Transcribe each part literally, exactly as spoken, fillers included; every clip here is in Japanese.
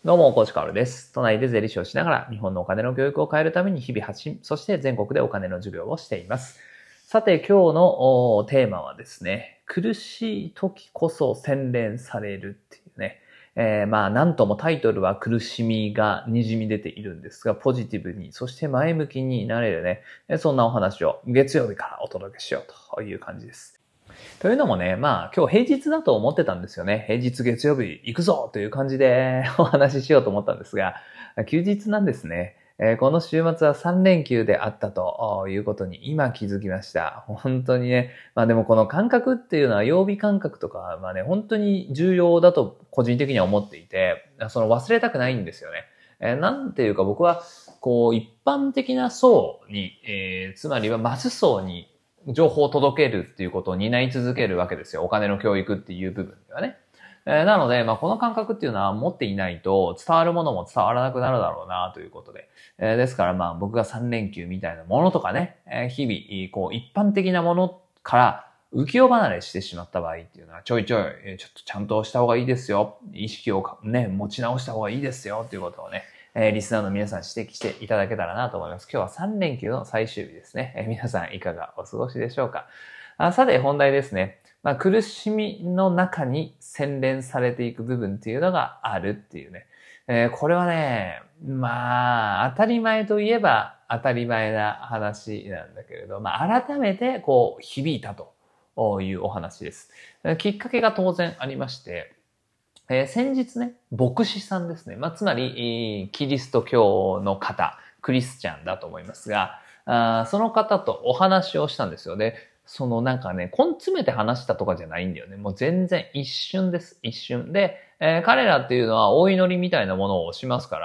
どうも、コーチカールです。都内で税理士をしながら日本のお金の教育を変えるために日々発信、そして全国でお金の授業をしています。さて、今日のテーマはですね、苦しい時こそ洗練されるっていうね、えー、まあ、なんともタイトルは苦しみが滲み出ているんですが、ポジティブに、そして前向きになれるね、そんなお話を月曜日からお届けしようという感じです。というのもね、まあ今日平日だと思ってたんですよね。平日月曜日行くぞという感じでお話ししようと思ったんですが、休日なんですね。えー、この週末はさん連休であったということに今気づきました。本当にね、まあでもこの感覚っていうのは曜日感覚とか、まあね、本当に重要だと個人的には思っていて、その忘れたくないんですよね。えー、なんていうか僕は、こう一般的な層に、えー、つまりはマス層に情報を届けるっていうことを担い続けるわけですよ。お金の教育っていう部分ではね。えー、なので、まあ、この感覚っていうのは持っていないと伝わるものも伝わらなくなるだろうなということで。えー、ですからまあ僕がさん連休みたいなものとかね、えー、日々、こう一般的なものから浮世離れしてしまった場合っていうのはちょいちょい、えー、ちょっとちゃんとした方がいいですよ。意識をね、持ち直した方がいいですよっていうことをね、えー、リスナーの皆さん指摘していただけたらなと思います。今日はさん連休の最終日ですね。えー、皆さんいかがお過ごしでしょうか。あ、さて本題ですね。まあ、苦しみの中に洗練されていく部分っていうのがあるっていうね。えー、これはね、まあ、当たり前といえば当たり前な話なんだけれど、まあ、改めてこう響いたというお話です。きっかけが当然ありまして、えー、先日ね、牧師さんですね。まあ、つまり、キリスト教の方、クリスチャンだと思いますが、あその方とお話をしたんですよね。そのなんかね、根詰めて話したとかじゃないんだよね。もう全然一瞬です。一瞬。で、えー、彼らっていうのはお祈りみたいなものをしますから、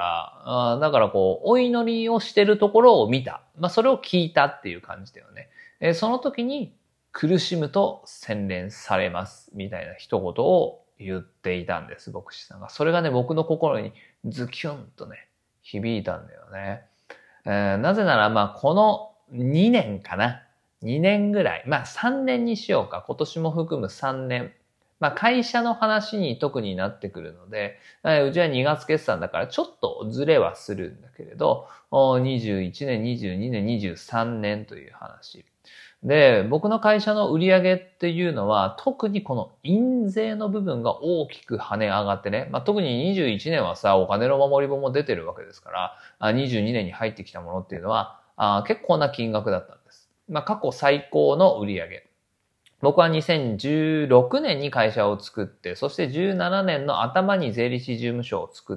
あだからこう、お祈りをしてるところを見た。まあ、それを聞いたっていう感じだよね。えー、その時に、苦しむと洗練されます。みたいな一言を言っていたんです、牧師さんが。それがね、僕の心にズキュンとね、響いたんだよね。えー、なぜなら、まあ、このにねんかな。にねんぐらい。まあ、さんねんにしようか。今年も含むさんねん。まあ、会社の話に特になってくるので、うちはにがつ決算だからちょっとずれはするんだけれど、にじゅういちねん、にじゅうにねん、にじゅうさんねんという話。で、僕の会社の売り上げっていうのは、特にこの印税の部分が大きく跳ね上がってね、まあ、特ににじゅういちねんはさ、お金の守り本も出てるわけですから、にじゅうにねんに入ってきたものっていうのは、あ結構な金額だったんです。まあ、過去最高の売り上げ。僕はにせんじゅうろくねんに会社を作って、そしてじゅうななねんの頭に税理士事務所を作って、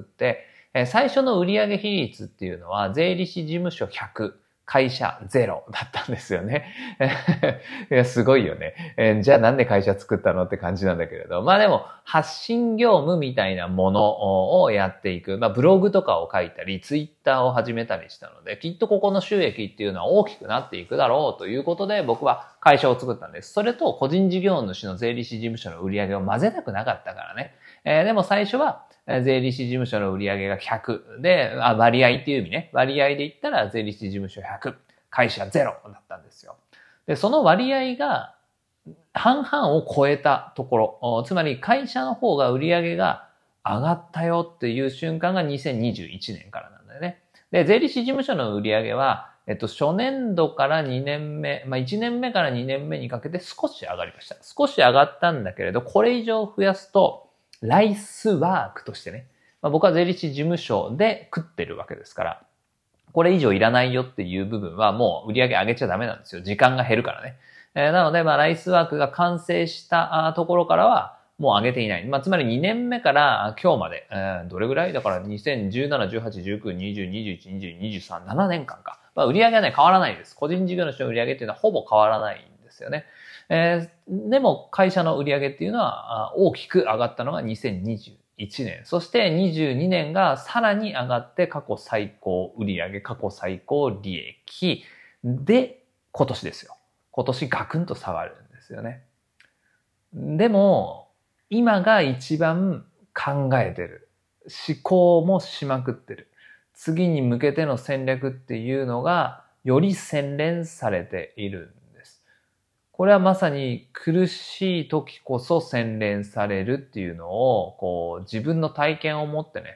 最初の売上比率っていうのは税理士事務所ひゃく、会社ゼロだったんですよね。いや、すごいよね。えー、じゃあなんで会社作ったのって感じなんだけれど。まあでも、発信業務みたいなものをやっていく。まあブログとかを書いたり、ツイッターを始めたりしたので、きっとここの収益っていうのは大きくなっていくだろうということで、僕は会社を作ったんです。それと個人事業主の税理士事務所の売り上げを混ぜたくなかったからね。えー、でも最初は、税理士事務所の売り上げがひゃくで、あ、割合っていう意味ね。割合で言ったら税理士事務所ひゃく、会社ゼロだったんですよ。で、その割合が半々を超えたところ、つまり会社の方が売り上げが上がったよっていう瞬間がにせんにじゅういちねんからなんだよね。で、税理士事務所の売り上げは、えっと、初年度からにねんめ、まあいちねんめからにねんめにかけて少し上がりました。少し上がったんだけれど、これ以上増やすと、ライスワークとしてね、まあ、僕は税理士事務所で食ってるわけですから、これ以上いらないよっていう部分はもう売り上げ上げちゃダメなんですよ。時間が減るからね。えー、なので、まあ、ライスワークが完成したところからは、もう上げていない。まあ、つまりにねんめから今日まで、えー、どれぐらいだからにせんじゅうなな、じゅうはち、じゅうきゅう、にじゅう、にじゅういち、にじゅうに、にじゅうさん、ななねんかんか。まあ、売り上げはね、変わらないです。個人事業主の売り上げっていうのはほぼ変わらないんですよね。えー、でも会社の売り上げっていうのは大きく上がったのがにせんにじゅういちねん。そしてにじゅうにねんがさらに上がって過去最高売上、過去最高利益で今年ですよ。今年ガクンと下がるんですよね。でも今が一番考えてる。思考もしまくってる。次に向けての戦略っていうのがより洗練されているんです。これはまさに苦しい時こそ洗練されるっていうのを、こう自分の体験を持ってね、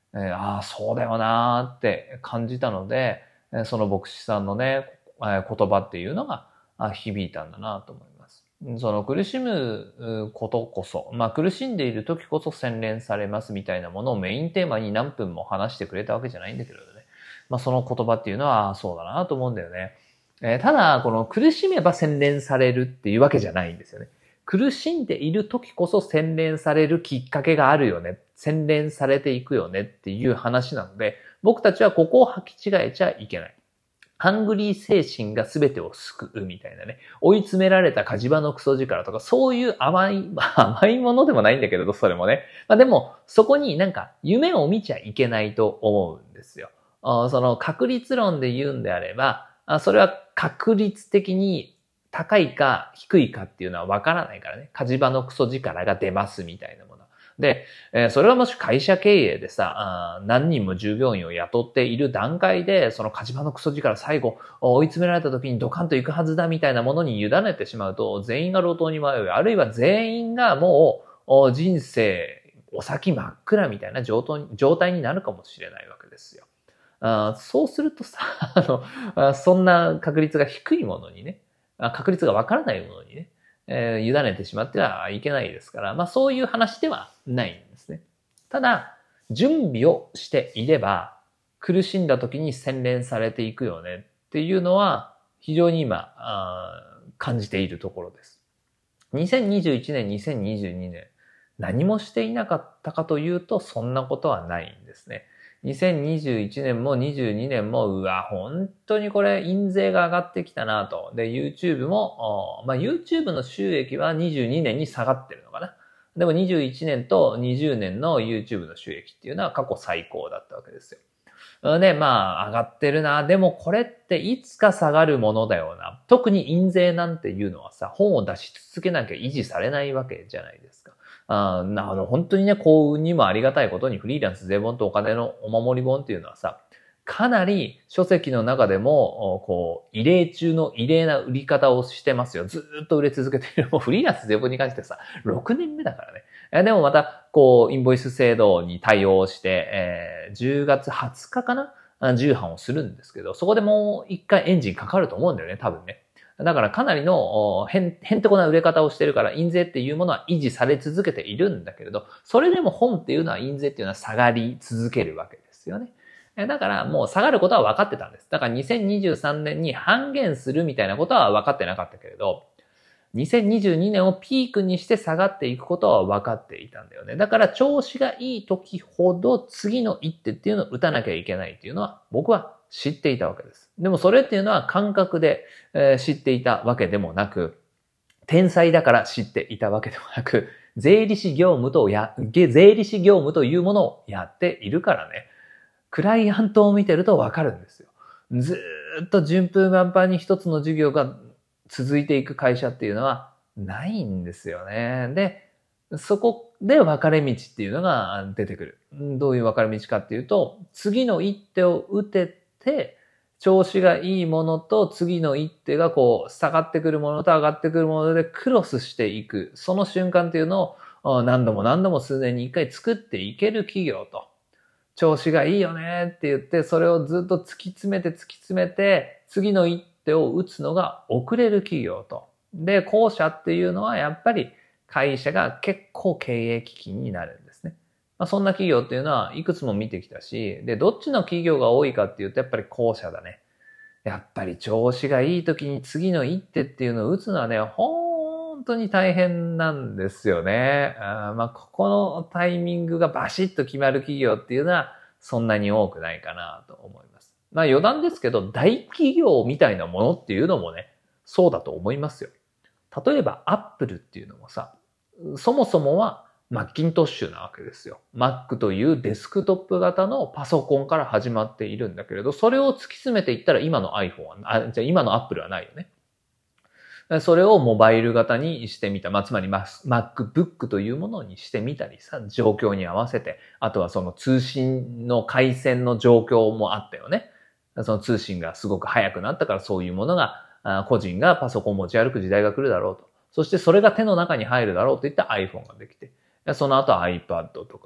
えー、ああ、そうだよなーって感じたので、その牧師さんのね、言葉っていうのが響いたんだなと思います。その苦しむことこそ、まあ苦しんでいる時こそ洗練されますみたいなものをメインテーマに何分も話してくれたわけじゃないんだけどね。まあその言葉っていうのはそうだなと思うんだよね。えー、ただ、この苦しめば洗練されるっていうわけじゃないんですよね。苦しんでいる時こそ洗練されるきっかけがあるよね。洗練されていくよねっていう話なので、僕たちはここを履き違えちゃいけない。ハングリー精神が全てを救うみたいなね。追い詰められた火事場のクソ力とか、そういう甘い、まあ、甘いものでもないんだけれど、それもね。まあでも、そこになんか夢を見ちゃいけないと思うんですよ。その確率論で言うんであれば、それは確率的に高いか低いかっていうのは分からないからね。火事場のクソ力が出ますみたいなもの。で、それはもし会社経営でさ、何人も従業員を雇っている段階で、その火事場のクソ力最後追い詰められた時にドカンと行くはずだみたいなものに委ねてしまうと、全員が路頭に迷う。あるいは全員がもう人生、お先真っ暗みたいな状態になるかもしれないわけですよ。あそうするとさ、あの、そんな確率が低いものにね、確率がわからないものにね、えー、委ねてしまってはいけないですから、まあそういう話ではないんですね。ただ、準備をしていれば、苦しんだ時に洗練されていくよねっていうのは、非常に今、感じているところです。にせんにじゅういちねん、にせんにじゅうにねん、何もしていなかったかというと、そんなことはないんですね。にせんにじゅういちねんもにじゅうにねんも、うわ、本当にこれ、印税が上がってきたなと。で、YouTube も、まあ、YouTube の収益はにじゅうにねんに下がってるのかな。でもにじゅういちねんとにじゅうねんの YouTube の収益っていうのは過去最高だったわけですよ。で、まあ、上がってるな。でもこれっていつか下がるものだよな。特に印税なんていうのはさ、本を出し続けなきゃ維持されないわけじゃないですか。あなるほど。本当にね、幸運にもありがたいことにフリーランス税本とお金のお守り本っていうのはさ、かなり書籍の中でも、こう、異例中の異例な売り方をしてますよ。ずーっと売れ続けている。もうフリーランス税本に関してさ、ろくねんめだからね。でもまた、こう、インボイス制度に対応して、えー、じゅうがつはつかかな重版をするんですけど、そこでもう一回エンジンかかると思うんだよね、多分ね。だからかなりのへん、へんてこな売れ方をしてるから、印税っていうものは維持され続けているんだけれど、それでも本っていうのは印税っていうのは下がり続けるわけですよね。だからもう下がることは分かってたんです。だからにせんにじゅうさんねんに半減するみたいなことは分かってなかったけれど、にせんにじゅうにねんをピークにして下がっていくことは分かっていたんだよね。だから調子がいい時ほど次の一手っていうのを打たなきゃいけないっていうのは僕は知っていたわけです。でもそれっていうのは感覚で、えー、知っていたわけでもなく、天才だから知っていたわけでもなく、税理士業務とや、税理士業務というものをやっているからね。クライアントを見てるとわかるんですよ。ずーっと順風満帆に一つの授業が続いていく会社っていうのはないんですよね。で、そこで分かれ道っていうのが出てくる。どういう分かれ道かっていうと、次の一手を打てて、調子がいいものと次の一手がこう下がってくるものと上がってくるものでクロスしていく。その瞬間っていうのを何度も何度も数年に一回作っていける企業と、調子がいいよねって言って、それをずっと突き詰めて突き詰めて、次の一手を打つのが遅れる企業と。で、後者っていうのはやっぱり会社が結構経営危機になるんですね。まあ、そんな企業っていうのはいくつも見てきたし、で、どっちの企業が多いかっていうとやっぱり後者だね。やっぱり調子がいい時に次の一手っていうのを打つのはね、本当に大変なんですよね。あまあ、ここのタイミングがバシッと決まる企業っていうのはそんなに多くないかなと思います。まあ余談ですけど、大企業みたいなものっていうのもね、そうだと思いますよ。例えば Apple っていうのもさ、そもそもはマッキントッシュなわけですよ。Mac というデスクトップ型のパソコンから始まっているんだけれど、それを突き詰めていったら今の iPhone は、あ、じゃあ今の Apple はないよね。それをモバイル型にしてみた。まあ、つまり MacBook というものにしてみたりさ、状況に合わせて。あとはその通信の回線の状況もあったよね。その通信がすごく速くなったからそういうものが、個人がパソコンを持ち歩く時代が来るだろうと。そしてそれが手の中に入るだろうといった iPhone ができて。その後 iPad とか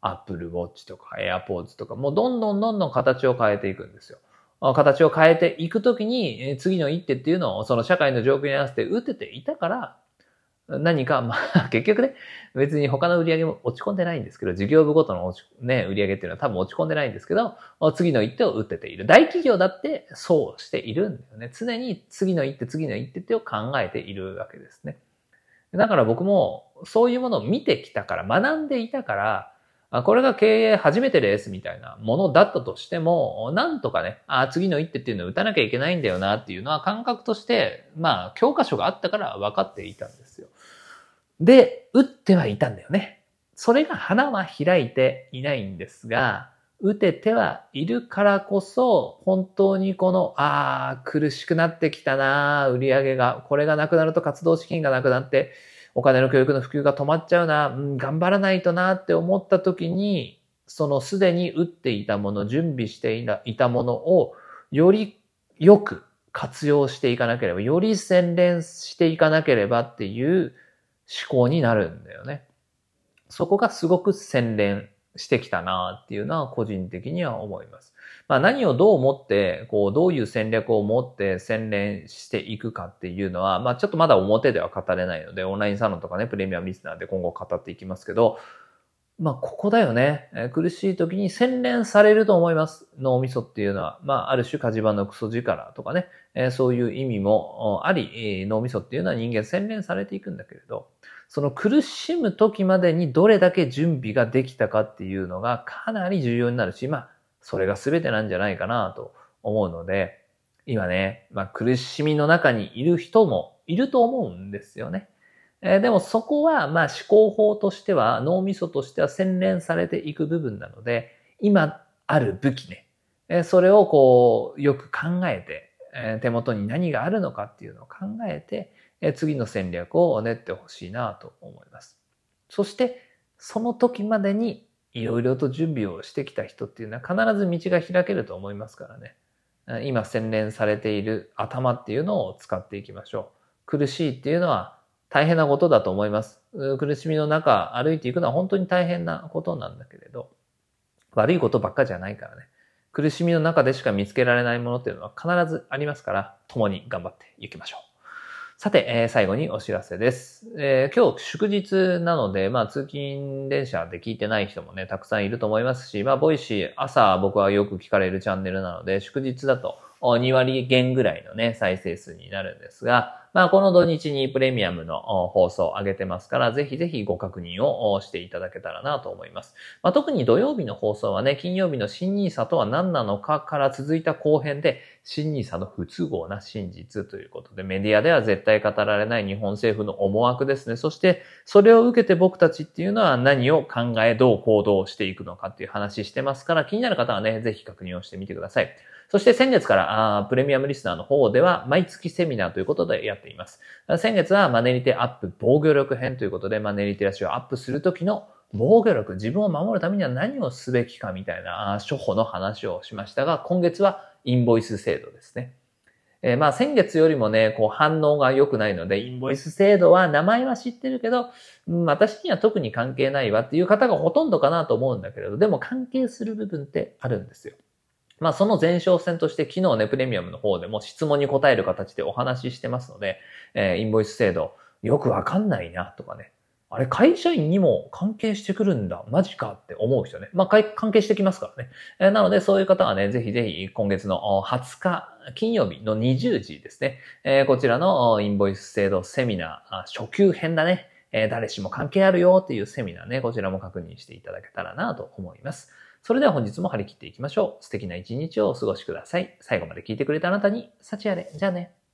Apple Watch とか AirPods とか、もうどんどんどんどん形を変えていくんですよ。形を変えていくときに、次の一手っていうのをその社会の状況に合わせて打てていたから、何か、まあ、結局ね、別に他の売り上げも落ち込んでないんですけど、事業部ごとのね、売り上げっていうのは多分落ち込んでないんですけど、次の一手を打ってている。大企業だってそうしているんだよね。常に次の一手、次の一手ってを考えているわけですね。だから僕もそういうものを見てきたから、学んでいたから、これが経営初めてですみたいなものだったとしても、なんとかね、あ次の一手っていうのを打たなきゃいけないんだよなっていうのは感覚として、まあ教科書があったから分かっていたんですよ。で、打ってはいたんだよね。それが花は開いていないんですが、打ててはいるからこそ、本当にこの、ああ、苦しくなってきたな、売り上げが、これがなくなると活動資金がなくなって、お金の教育の普及が止まっちゃうな、うん、頑張らないとなって思った時に、そのすでに打っていたもの、準備していたものを、よりよく活用していかなければ、より洗練していかなければっていう思考になるんだよね。そこがすごく洗練してきたなっていうのは個人的には思います。まあ何をどう思って、こうどういう戦略を持って洗練していくかっていうのは、まあちょっとまだ表では語れないので、オンラインサロンとかね、プレミアムリスナーで今後語っていきますけど、まあここだよね。苦しい時に洗練されると思います。脳みそっていうのは。まあある種火事場のクソ力とかね、そういう意味もあり、脳みそっていうのは人間洗練されていくんだけれど、その苦しむ時までにどれだけ準備ができたかっていうのがかなり重要になるし、まあ、それが全てなんじゃないかなと思うので、今ね、まあ苦しみの中にいる人もいると思うんですよね。えー、でもそこは、まあ思考法としては、脳みそとしては洗練されていく部分なので、今ある武器ね、えー、それをこう、よく考えて、えー、手元に何があるのかっていうのを考えて、次の戦略を練ってほしいなと思います。そして、その時までにいろいろと準備をしてきた人っていうのは必ず道が開けると思いますからね。今洗練されている頭っていうのを使っていきましょう。苦しいっていうのは大変なことだと思います。苦しみの中歩いていくのは本当に大変なことなんだけれど、悪いことばっかじゃないからね。苦しみの中でしか見つけられないものっていうのは必ずありますから、共に頑張っていきましょう。さて、えー、最後にお知らせです。えー、今日祝日なので、まあ通勤電車で聞いてない人もね、たくさんいると思いますし、まあボイシー、朝僕はよく聞かれるチャンネルなので、祝日だとに割減ぐらいのね、再生数になるんですが、まあこの土日にプレミアムの放送を上げてますから、ぜひぜひご確認をしていただけたらなと思います。まあ特に土曜日の放送はね、金曜日の新ニーサとは何なのかから続いた後編で、新ニーサの不都合な真実ということで、メディアでは絶対語られない日本政府の思惑ですね。そして、それを受けて僕たちっていうのは何を考え、どう行動していくのかっていう話してますから、気になる方はね、ぜひ確認をしてみてください。そして先月からあプレミアムリスナーの方では毎月セミナーということでやっています。先月はマネリテアップ防御力編ということで、マネリテラシーをアップするときの防御力、自分を守るためには何をすべきかみたいな処方の話をしましたが、今月はインボイス制度ですね。えー、まあ先月よりもね、こう反応が良くないので、インボイス制度は名前は知ってるけど、うん、私には特に関係ないわっていう方がほとんどかなと思うんだけれど、でも関係する部分ってあるんですよ。まあその前哨戦として昨日ね、プレミアムの方でも質問に答える形でお話ししてますので、えー、インボイス制度よくわかんないなとかね、あれ会社員にも関係してくるんだ、マジかって思う人ね。まあ関係してきますからね。えー、なのでそういう方はね、ぜひぜひ今月のはつか金曜日のにじゅうじですね、えー、こちらのインボイス制度セミナー、初級編だね。えー、誰しも関係あるよっていうセミナーね、こちらも確認していただけたらなと思います。それでは本日も張り切っていきましょう。素敵な一日をお過ごしください。最後まで聞いてくれたあなたに、幸あれ。じゃあね。